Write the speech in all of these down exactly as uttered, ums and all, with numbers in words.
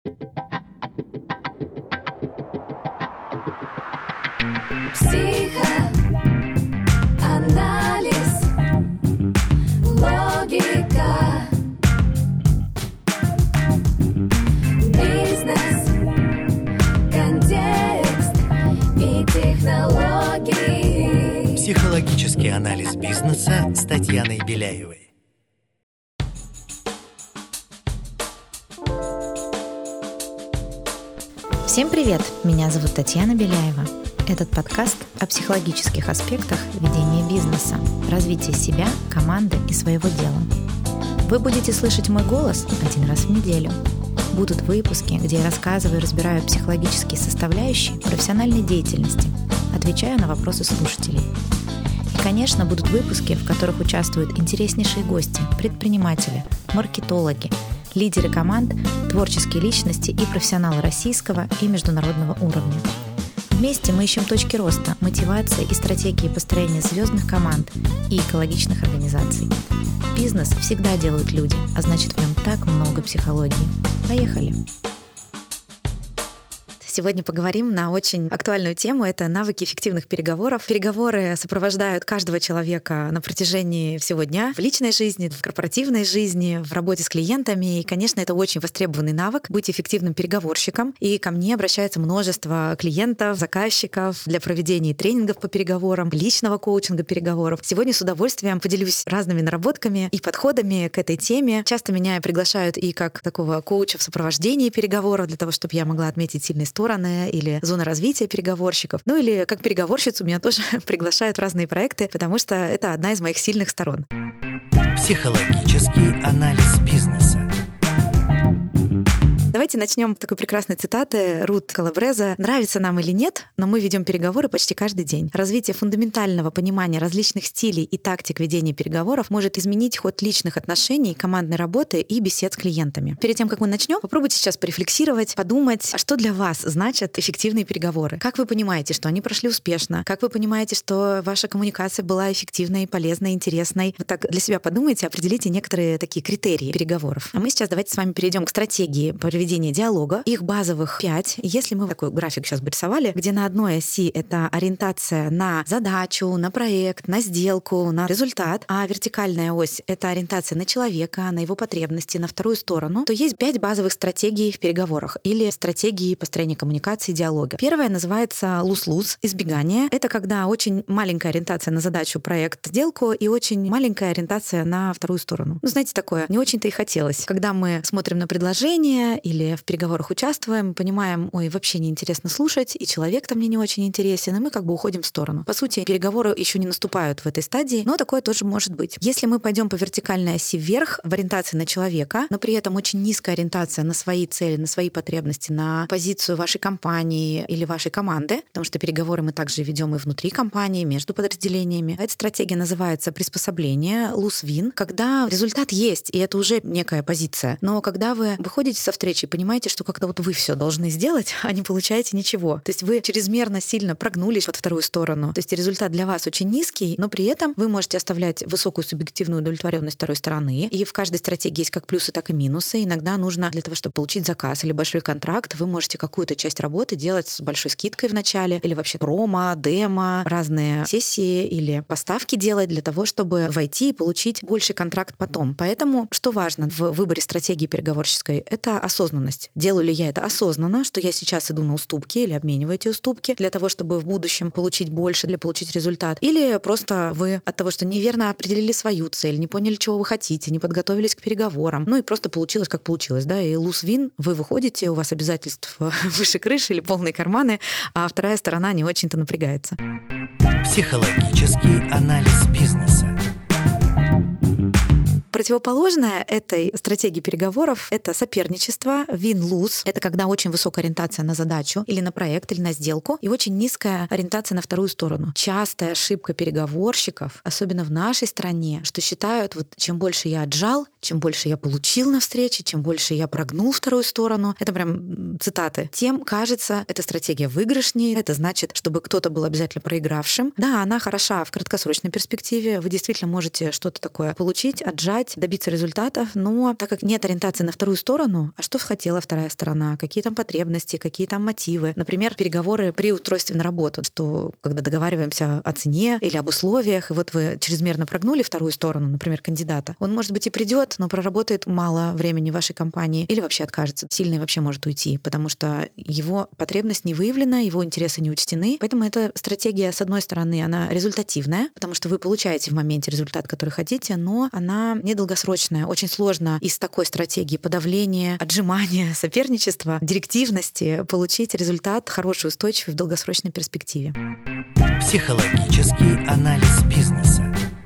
Психоанализ, логика, бизнес, контекст и технологии. Психологический анализ бизнеса с Татьяной Беляевой. Всем привет! Меня зовут Татьяна Беляева. Этот подкаст о психологических аспектах ведения бизнеса, развития себя, команды и своего дела. Вы будете слышать мой голос один раз в неделю. Будут выпуски, где я рассказываю и разбираю психологические составляющие профессиональной деятельности, отвечаю на вопросы слушателей. И, конечно, будут выпуски, в которых участвуют интереснейшие гости, предприниматели, маркетологи, лидеры команд, творческие личности и профессионалы российского и международного уровня. Вместе мы ищем точки роста, мотивации и стратегии построения звездных команд и экологичных организаций. Бизнес всегда делают люди, а значит, в нем так много психологии. Поехали! Сегодня поговорим на очень актуальную тему. Это навыки эффективных переговоров. Переговоры сопровождают каждого человека на протяжении всего дня в личной жизни, в корпоративной жизни, в работе с клиентами. И, конечно, это очень востребованный навык — быть эффективным переговорщиком. И ко мне обращается множество клиентов, заказчиков для проведения тренингов по переговорам, личного коучинга переговоров. Сегодня с удовольствием поделюсь разными наработками и подходами к этой теме. Часто меня приглашают и как такого коуча в сопровождении переговоров, для того, чтобы я могла отметить сильные стороны или зона развития переговорщиков. Ну или как переговорщицу меня тоже приглашают в разные проекты, потому что это одна из моих сильных сторон. Психологический анализ бизнеса. Давайте начнем с такой прекрасной цитаты Рут Калабреза. «Нравится нам или нет, но мы ведем переговоры почти каждый день. Развитие фундаментального понимания различных стилей и тактик ведения переговоров может изменить ход личных отношений, командной работы и бесед с клиентами». Перед тем, как мы начнем, попробуйте сейчас порефлексировать, подумать, а что для вас значат эффективные переговоры? Как вы понимаете, что они прошли успешно? Как вы понимаете, что ваша коммуникация была эффективной, полезной, интересной? Вот так для себя подумайте, определите некоторые такие критерии переговоров. А мы сейчас давайте с вами перейдем к стратегии проведения диалога. Их базовых пять. Если мы такой график сейчас бы рисовали, где на одной оси это ориентация на задачу, на проект, на сделку, на результат, а вертикальная ось — это ориентация на человека, на его потребности, на вторую сторону, то есть пять базовых стратегий в переговорах или стратегии построения коммуникации и диалога. Первая называется луз-луз, избегание. Это когда очень маленькая ориентация на задачу, проект, сделку и очень маленькая ориентация на вторую сторону. Ну, знаете, такое не очень-то и хотелось. Когда мы смотрим на предложение или в переговорах участвуем, понимаем, ой, вообще неинтересно слушать, и человек-то мне не очень интересен, и мы как бы уходим в сторону. По сути, переговоры еще не наступают в этой стадии, но такое тоже может быть. Если мы пойдем по вертикальной оси вверх в ориентации на человека, но при этом очень низкая ориентация на свои цели, на свои потребности, на позицию вашей компании или вашей команды, потому что переговоры мы также ведем и внутри компании, между подразделениями. Эта стратегия называется приспособление, луз-вин, когда результат есть, и это уже некая позиция. Но когда вы выходите со встречи, понимаете, что как-то вот вы все должны сделать, а не получаете ничего. То есть вы чрезмерно сильно прогнулись под вторую сторону. То есть результат для вас очень низкий, но при этом вы можете оставлять высокую субъективную удовлетворенность второй стороны. И в каждой стратегии есть как плюсы, так и минусы. Иногда нужно для того, чтобы получить заказ или большой контракт, вы можете какую-то часть работы делать с большой скидкой в начале, или вообще промо, демо, разные сессии или поставки делать для того, чтобы войти и получить больший контракт потом. Поэтому что важно в выборе стратегии переговорческой — это осознанность. Делаю ли я это осознанно, что я сейчас иду на уступки или обмениваю эти уступки для того, чтобы в будущем получить больше, для получить результат? Или просто вы от того, что неверно определили свою цель, не поняли, чего вы хотите, не подготовились к переговорам, ну и просто получилось, как получилось, да, и луз-вин, вы выходите, у вас обязательств выше крыши или полные карманы, а вторая сторона не очень-то напрягается. Психологический анализ бизнеса. Противоположное этой стратегии переговоров — это соперничество, win-lose. Это когда очень высокая ориентация на задачу или на проект, или на сделку, и очень низкая ориентация на вторую сторону. Частая ошибка переговорщиков, особенно в нашей стране, что считают, вот чем больше я отжал, чем больше я получил на встрече, чем больше я прогнул вторую сторону, это прям цитаты, тем кажется эта стратегия выигрышнее. Это значит, чтобы кто-то был обязательно проигравшим. Да, она хороша в краткосрочной перспективе. Вы действительно можете что-то такое получить, отжать, добиться результатов, но так как нет ориентации на вторую сторону, а что хотела вторая сторона, какие там потребности, какие там мотивы. Например, переговоры при устройстве на работу, что когда договариваемся о цене или об условиях, и вот вы чрезмерно прогнули вторую сторону, например, кандидата, он, может быть, и придет, но проработает мало времени в вашей компании или вообще откажется, сильно и вообще может уйти, потому что его потребность не выявлена, его интересы не учтены. Поэтому эта стратегия, с одной стороны, она результативная, потому что вы получаете в моменте результат, который хотите, но она недолгосрочная. Очень сложно из такой стратегии подавления, отжимания, соперничества, директивности получить результат хороший, устойчивый в долгосрочной перспективе. Психологический анализ бизнеса.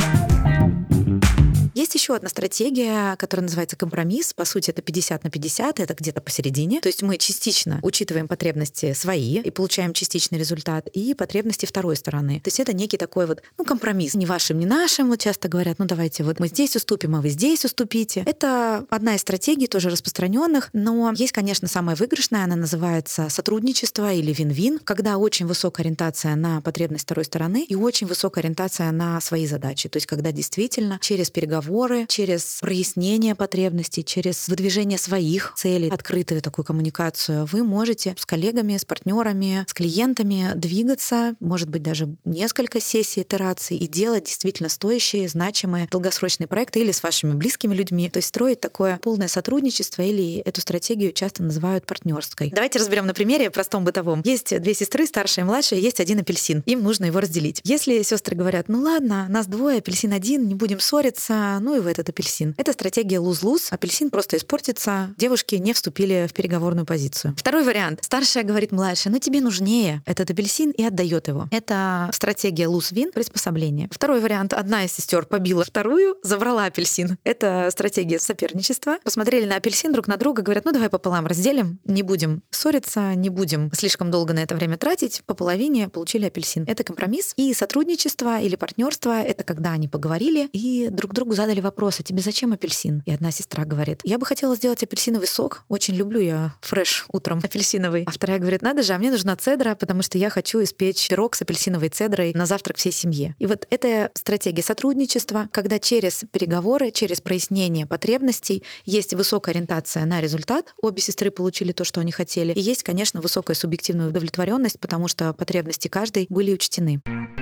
Есть еще одна стратегия, которая называется компромисс. По сути, это пятьдесят на пятьдесят, это где-то посередине. То есть мы частично учитываем потребности свои и получаем частичный результат, и потребности второй стороны. То есть это некий такой вот, ну, компромисс. Не вашим, не нашим. Вот часто говорят, ну, давайте вот мы здесь уступим, а вы здесь уступите. Это одна из стратегий, тоже распространенных, но есть, конечно, самая выигрышная, она называется сотрудничество или вин-вин, когда очень высокая ориентация на потребность второй стороны и очень высокая ориентация на свои задачи. То есть когда действительно через переговоры, через прояснение потребностей, через выдвижение своих целей, открытую такую коммуникацию, вы можете с коллегами, с партнерами, с клиентами двигаться, может быть, даже несколько сессий, итераций, и делать действительно стоящие, значимые, долгосрочные проекты или с вашими близкими людьми. То есть строить такое полное сотрудничество, или эту стратегию часто называют партнерской. Давайте разберем на примере простом бытовом. Есть две сестры, старшая и младшая, есть один апельсин. Им нужно его разделить. Если сестры говорят, ну ладно, нас двое, апельсин один, не будем ссориться, ну и в этот апельсин. Это стратегия lose-lose. Апельсин просто испортится. Девушки не вступили в переговорную позицию. Второй вариант. Старшая говорит младшей, ну тебе нужнее этот апельсин, и отдает его. Это стратегия lose-win, приспособление. Второй вариант. Одна из сестер побила вторую, забрала апельсин. Это стратегия соперничества. Посмотрели на апельсин друг на друга, говорят, ну давай пополам разделим, не будем ссориться, не будем слишком долго на это время тратить. По половине получили апельсин. Это компромисс. И сотрудничество или партнерство — это когда они поговорили и друг другу задали вопрос, а тебе зачем апельсин? И одна сестра говорит, я бы хотела сделать апельсиновый сок, очень люблю я фреш утром апельсиновый. А вторая говорит, надо же, а мне нужна цедра, потому что я хочу испечь пирог с апельсиновой цедрой на завтрак всей семье. И вот это стратегия сотрудничества, когда через переговоры, через прояснение потребностей есть высокая ориентация на результат, обе сестры получили то, что они хотели, и есть, конечно, высокая субъективная удовлетворенность, потому что потребности каждой были учтены.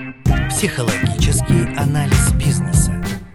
Психологический анализ бизнеса.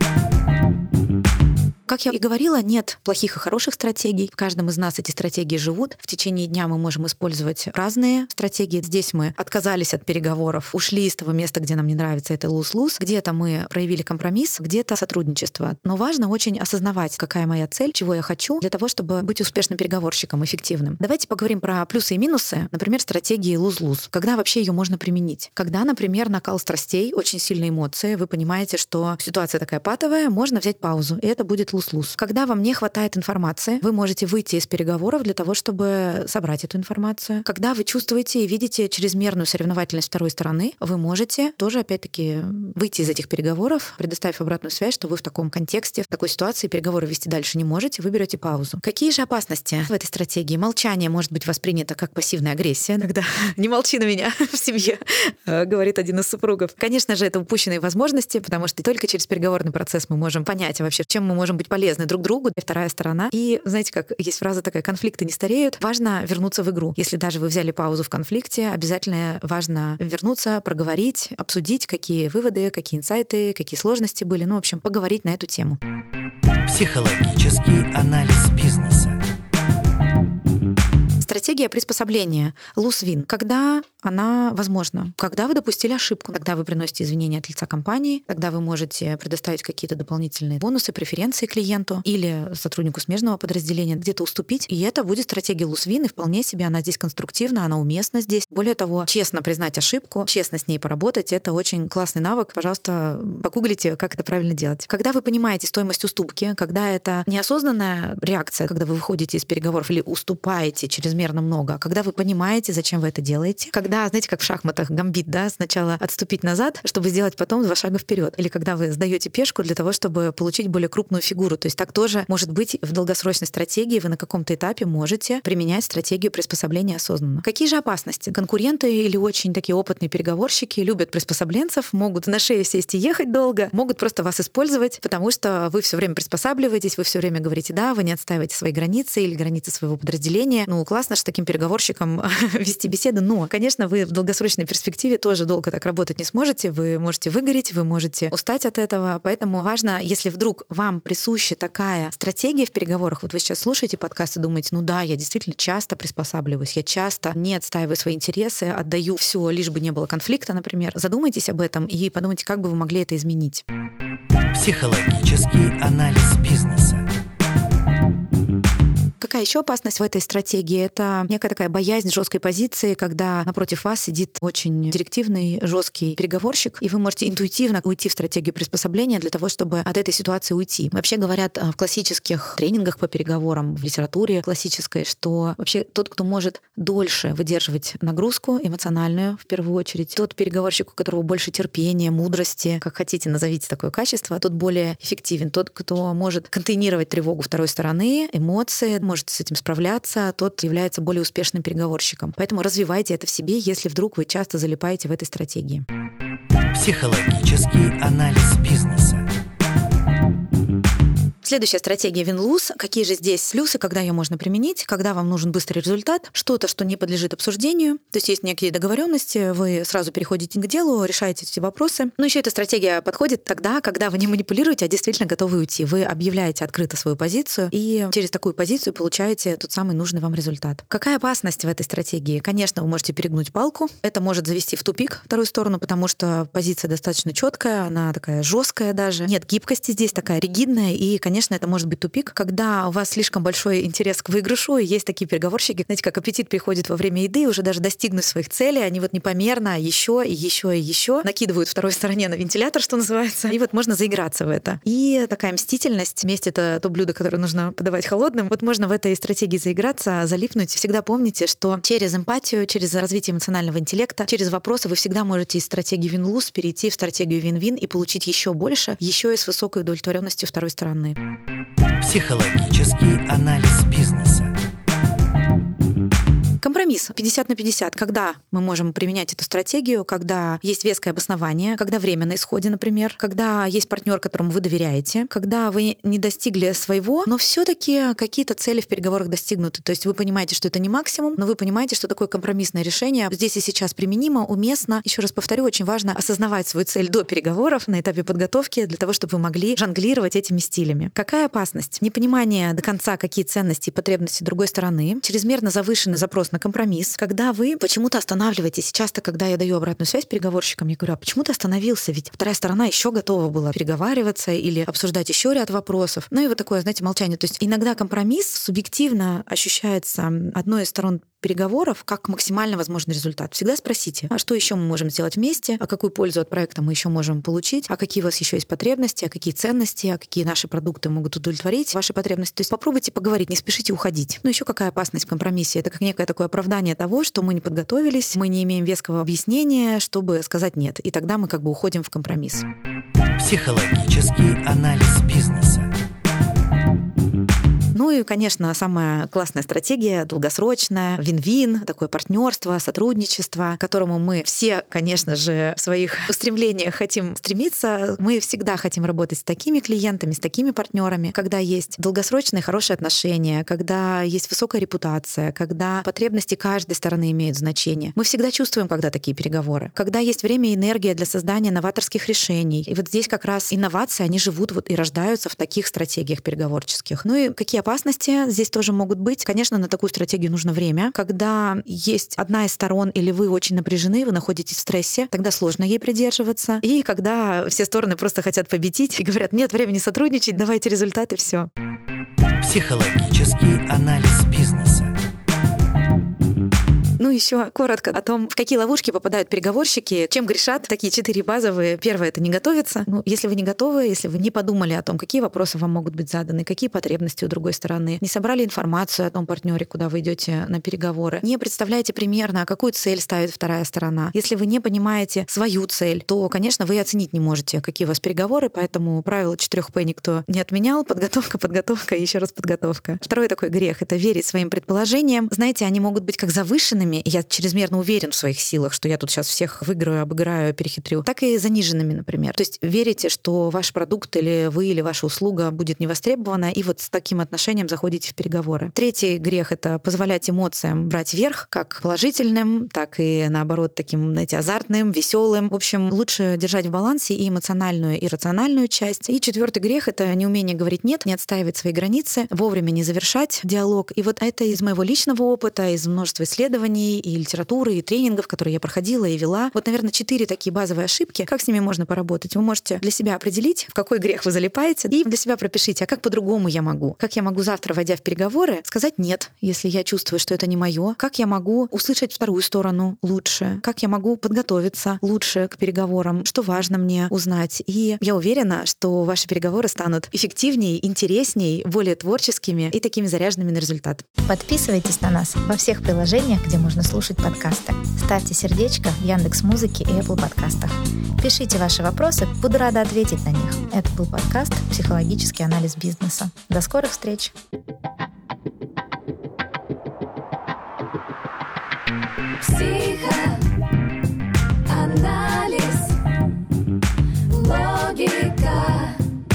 Как я и говорила, нет плохих и хороших стратегий. В каждом из нас эти стратегии живут. В течение дня мы можем использовать разные стратегии. Здесь мы отказались от переговоров, ушли из того места, где нам не нравится, это lose-lose. Где-то мы проявили компромисс, где-то сотрудничество. Но важно очень осознавать, какая моя цель, чего я хочу, для того, чтобы быть успешным переговорщиком, эффективным. Давайте поговорим про плюсы и минусы, например, стратегии lose-lose. Когда вообще ее можно применить? Когда, например, накал страстей, очень сильные эмоции, вы понимаете, что ситуация такая патовая, можно взять паузу, и это будет lose-lose. Когда вам не хватает информации, вы можете выйти из переговоров для того, чтобы собрать эту информацию. Когда вы чувствуете и видите чрезмерную соревновательность второй стороны, вы можете тоже, опять-таки, выйти из этих переговоров, предоставив обратную связь, что вы в таком контексте, в такой ситуации переговоры вести дальше не можете, вы берете паузу. Какие же опасности в этой стратегии? Молчание может быть воспринято как пассивная агрессия. Иногда «не молчи на меня в семье», говорит один из супругов. Конечно же, это упущенные возможности, потому что только через переговорный процесс мы можем понять вообще, чем мы можем быть полезны друг другу, и вторая сторона. И знаете, как есть фраза такая, конфликты не стареют. Важно вернуться в игру. Если даже вы взяли паузу в конфликте, обязательно важно вернуться, проговорить, обсудить, какие выводы, какие инсайты, какие сложности были. Ну, в общем, поговорить на эту тему. Психологический анализ бизнеса. Стратегия приспособления lose-win. Когда она возможна? Когда вы допустили ошибку, тогда вы приносите извинения от лица компании, тогда вы можете предоставить какие-то дополнительные бонусы, преференции клиенту или сотруднику смежного подразделения, где-то уступить. И это будет стратегия lose-win, и вполне себе она здесь конструктивна, она уместна здесь. Более того, честно признать ошибку, честно с ней поработать — это очень классный навык. Пожалуйста, погуглите, как это правильно делать. Когда вы понимаете стоимость уступки, когда это неосознанная реакция, когда вы выходите из переговоров или уступаете чрезмерно чрезмерно много, а когда вы понимаете, зачем вы это делаете, когда, знаете, как в шахматах гамбит, да, сначала отступить назад, чтобы сделать потом два шага вперед, или когда вы сдаете пешку для того, чтобы получить более крупную фигуру. То есть так тоже может быть в долгосрочной стратегии. Вы на каком-то этапе можете применять стратегию приспособления осознанно. Какие же опасности? Конкуренты или очень такие опытные переговорщики любят приспособленцев, могут на шее сесть и ехать долго, могут просто вас использовать, потому что вы все время приспосабливаетесь, вы все время говорите «да», вы не отстаиваете свои границы или границы своего подразделения. Ну, классно же таким переговорщиком вести беседы, но, конечно, вы в долгосрочной перспективе тоже долго так работать не сможете, вы можете выгореть, вы можете устать от этого, поэтому важно, если вдруг вам присуща такая стратегия в переговорах, вот вы сейчас слушаете подкаст и думаете, ну да, я действительно часто приспосабливаюсь, я часто не отстаиваю свои интересы, отдаю все, лишь бы не было конфликта, например. Задумайтесь об этом и подумайте, как бы вы могли это изменить. Психологический анализ бизнеса. Какая еще опасность в этой стратегии? Это некая такая боязнь жесткой позиции, когда напротив вас сидит очень директивный, жесткий переговорщик, и вы можете интуитивно уйти в стратегию приспособления для того, чтобы от этой ситуации уйти. Вообще говорят в классических тренингах по переговорам, в литературе классической, что вообще тот, кто может дольше выдерживать нагрузку эмоциональную, в первую очередь, тот переговорщик, у которого больше терпения, мудрости, как хотите, назовите такое качество, тот более эффективен. Тот, кто может контейнировать тревогу второй стороны, эмоции, может с этим справляться, тот является более успешным переговорщиком. Поэтому развивайте это в себе, если вдруг вы часто залипаете в этой стратегии. Психологический анализ бизнеса. Следующая стратегия win-lose. Какие же здесь плюсы, когда ее можно применить, когда вам нужен быстрый результат, что-то, что не подлежит обсуждению. То есть есть некие договоренности, вы сразу переходите к делу, решаете эти вопросы. Но еще эта стратегия подходит тогда, когда вы не манипулируете, а действительно готовы уйти. Вы объявляете открыто свою позицию и через такую позицию получаете тот самый нужный вам результат. Какая опасность в этой стратегии? Конечно, вы можете перегнуть палку. Это может завести в тупик вторую сторону, потому что позиция достаточно четкая, она такая жесткая даже. Нет гибкости здесь, такая ригидная, и, конечно, Конечно, это может быть тупик, когда у вас слишком большой интерес к выигрышу, и есть такие переговорщики, знаете, как аппетит приходит во время еды, уже даже достигнув своих целей, они вот непомерно еще и еще и еще накидывают второй стороне на вентилятор, что называется, и вот можно заиграться в это. И такая мстительность, месть — это то блюдо, которое нужно подавать холодным, вот можно в этой стратегии заиграться, залипнуть. Всегда помните, что через эмпатию, через развитие эмоционального интеллекта, через вопросы вы всегда можете из стратегии win-lose перейти в стратегию win-win и получить еще больше, еще и с высокой удовлетворенностью второй стороны. Психологический анализ бизнеса. Компромисс пятьдесят на пятьдесят. Когда мы можем применять эту стратегию, когда есть веское обоснование, когда время на исходе, например, когда есть партнер, которому вы доверяете, когда вы не достигли своего, но все-таки какие-то цели в переговорах достигнуты. То есть вы понимаете, что это не максимум, но вы понимаете, что такое компромиссное решение здесь и сейчас применимо, уместно. Еще раз повторю, очень важно осознавать свою цель до переговоров на этапе подготовки для того, чтобы вы могли жонглировать этими стилями. Какая опасность? Непонимание до конца, какие ценности и потребности другой стороны, чрезмерно завышенный запрос на компромисс, когда вы почему-то останавливаетесь. Часто, когда я даю обратную связь переговорщикам, я говорю, а почему ты остановился? Ведь вторая сторона еще готова была переговариваться или обсуждать еще ряд вопросов. Ну и вот такое, знаете, молчание. То есть иногда компромисс субъективно ощущается одной из сторон переговоров как максимально возможный результат. Всегда спросите, а что еще мы можем сделать вместе, а какую пользу от проекта мы еще можем получить, а какие у вас еще есть потребности, а какие ценности, а какие наши продукты могут удовлетворить ваши потребности. То есть попробуйте поговорить, не спешите уходить. Ну еще какая опасность в компромиссе? Это как некое такое оправдание того, что мы не подготовились, мы не имеем веского объяснения, чтобы сказать нет. И тогда мы как бы уходим в компромисс. Психологический анализ бизнеса. Ну и, конечно, самая классная стратегия, долгосрочная, вин-вин, такое партнерство, сотрудничество, к которому мы все, конечно же, в своих устремлениях хотим стремиться. Мы всегда хотим работать с такими клиентами, с такими партнерами, когда есть долгосрочные хорошие отношения, когда есть высокая репутация, когда потребности каждой стороны имеют значение. Мы всегда чувствуем, когда такие переговоры, когда есть время и энергия для создания новаторских решений. И вот здесь как раз инновации, они живут вот и рождаются в таких стратегиях переговорческих. Ну и какие опасности здесь тоже могут быть. Конечно, на такую стратегию нужно время. Когда есть одна из сторон или вы очень напряжены, вы находитесь в стрессе, тогда сложно ей придерживаться. И когда все стороны просто хотят победить и говорят, нет времени сотрудничать, давайте результаты, все. Психологический анализ бизнеса. Ну Ну, еще коротко о том, в какие ловушки попадают переговорщики, чем грешат. Такие четыре базовые. Первое — это не готовиться. Ну, если вы не готовы, если вы не подумали о том, какие вопросы вам могут быть заданы, какие потребности у другой стороны, не собрали информацию о том партнере, куда вы идете на переговоры, не представляете примерно, какую цель ставит вторая сторона. Если вы не понимаете свою цель, то, конечно, вы оценить не можете, какие у вас переговоры, поэтому правило четырех П никто не отменял. Подготовка, подготовка и еще раз подготовка. Второй такой грех — это верить своим предположениям. Знаете, они могут быть как завышенными, я чрезмерно уверен в своих силах, что я тут сейчас всех выиграю, обыграю, перехитрю, так и заниженными, например. То есть верите, что ваш продукт или вы, или ваша услуга будет не востребована, и вот с таким отношением заходите в переговоры. Третий грех — это позволять эмоциям брать верх, как положительным, так и, наоборот, таким, знаете, азартным, веселым. В общем, лучше держать в балансе и эмоциональную, и рациональную часть. И четвертый грех — это неумение говорить «нет», не отстаивать свои границы, вовремя не завершать диалог. И вот это из моего личного опыта, из множества исследований и литературы, и тренингов, которые я проходила и вела. Вот, наверное, четыре такие базовые ошибки. Как с ними можно поработать? Вы можете для себя определить, в какой грех вы залипаете, и для себя пропишите, а как по-другому я могу? Как я могу завтра, войдя в переговоры, сказать «нет», если я чувствую, что это не мое? Как я могу услышать вторую сторону лучше? Как я могу подготовиться лучше к переговорам? Что важно мне узнать? И я уверена, что ваши переговоры станут эффективнее, интереснее, более творческими и такими заряженными на результат. Подписывайтесь на нас во всех приложениях, где можно слушать подкасты. Ставьте сердечко в Яндекс.Музыке и Apple подкастах. Пишите ваши вопросы, буду рада ответить на них. Это был подкаст «Психологический анализ бизнеса». До скорых встреч! Психоанализ, логика,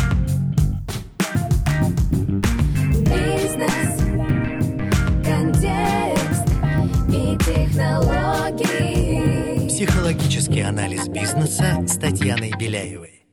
бизнес, контекст и технологии. Психологический анализ бизнеса с Татьяной Беляевой.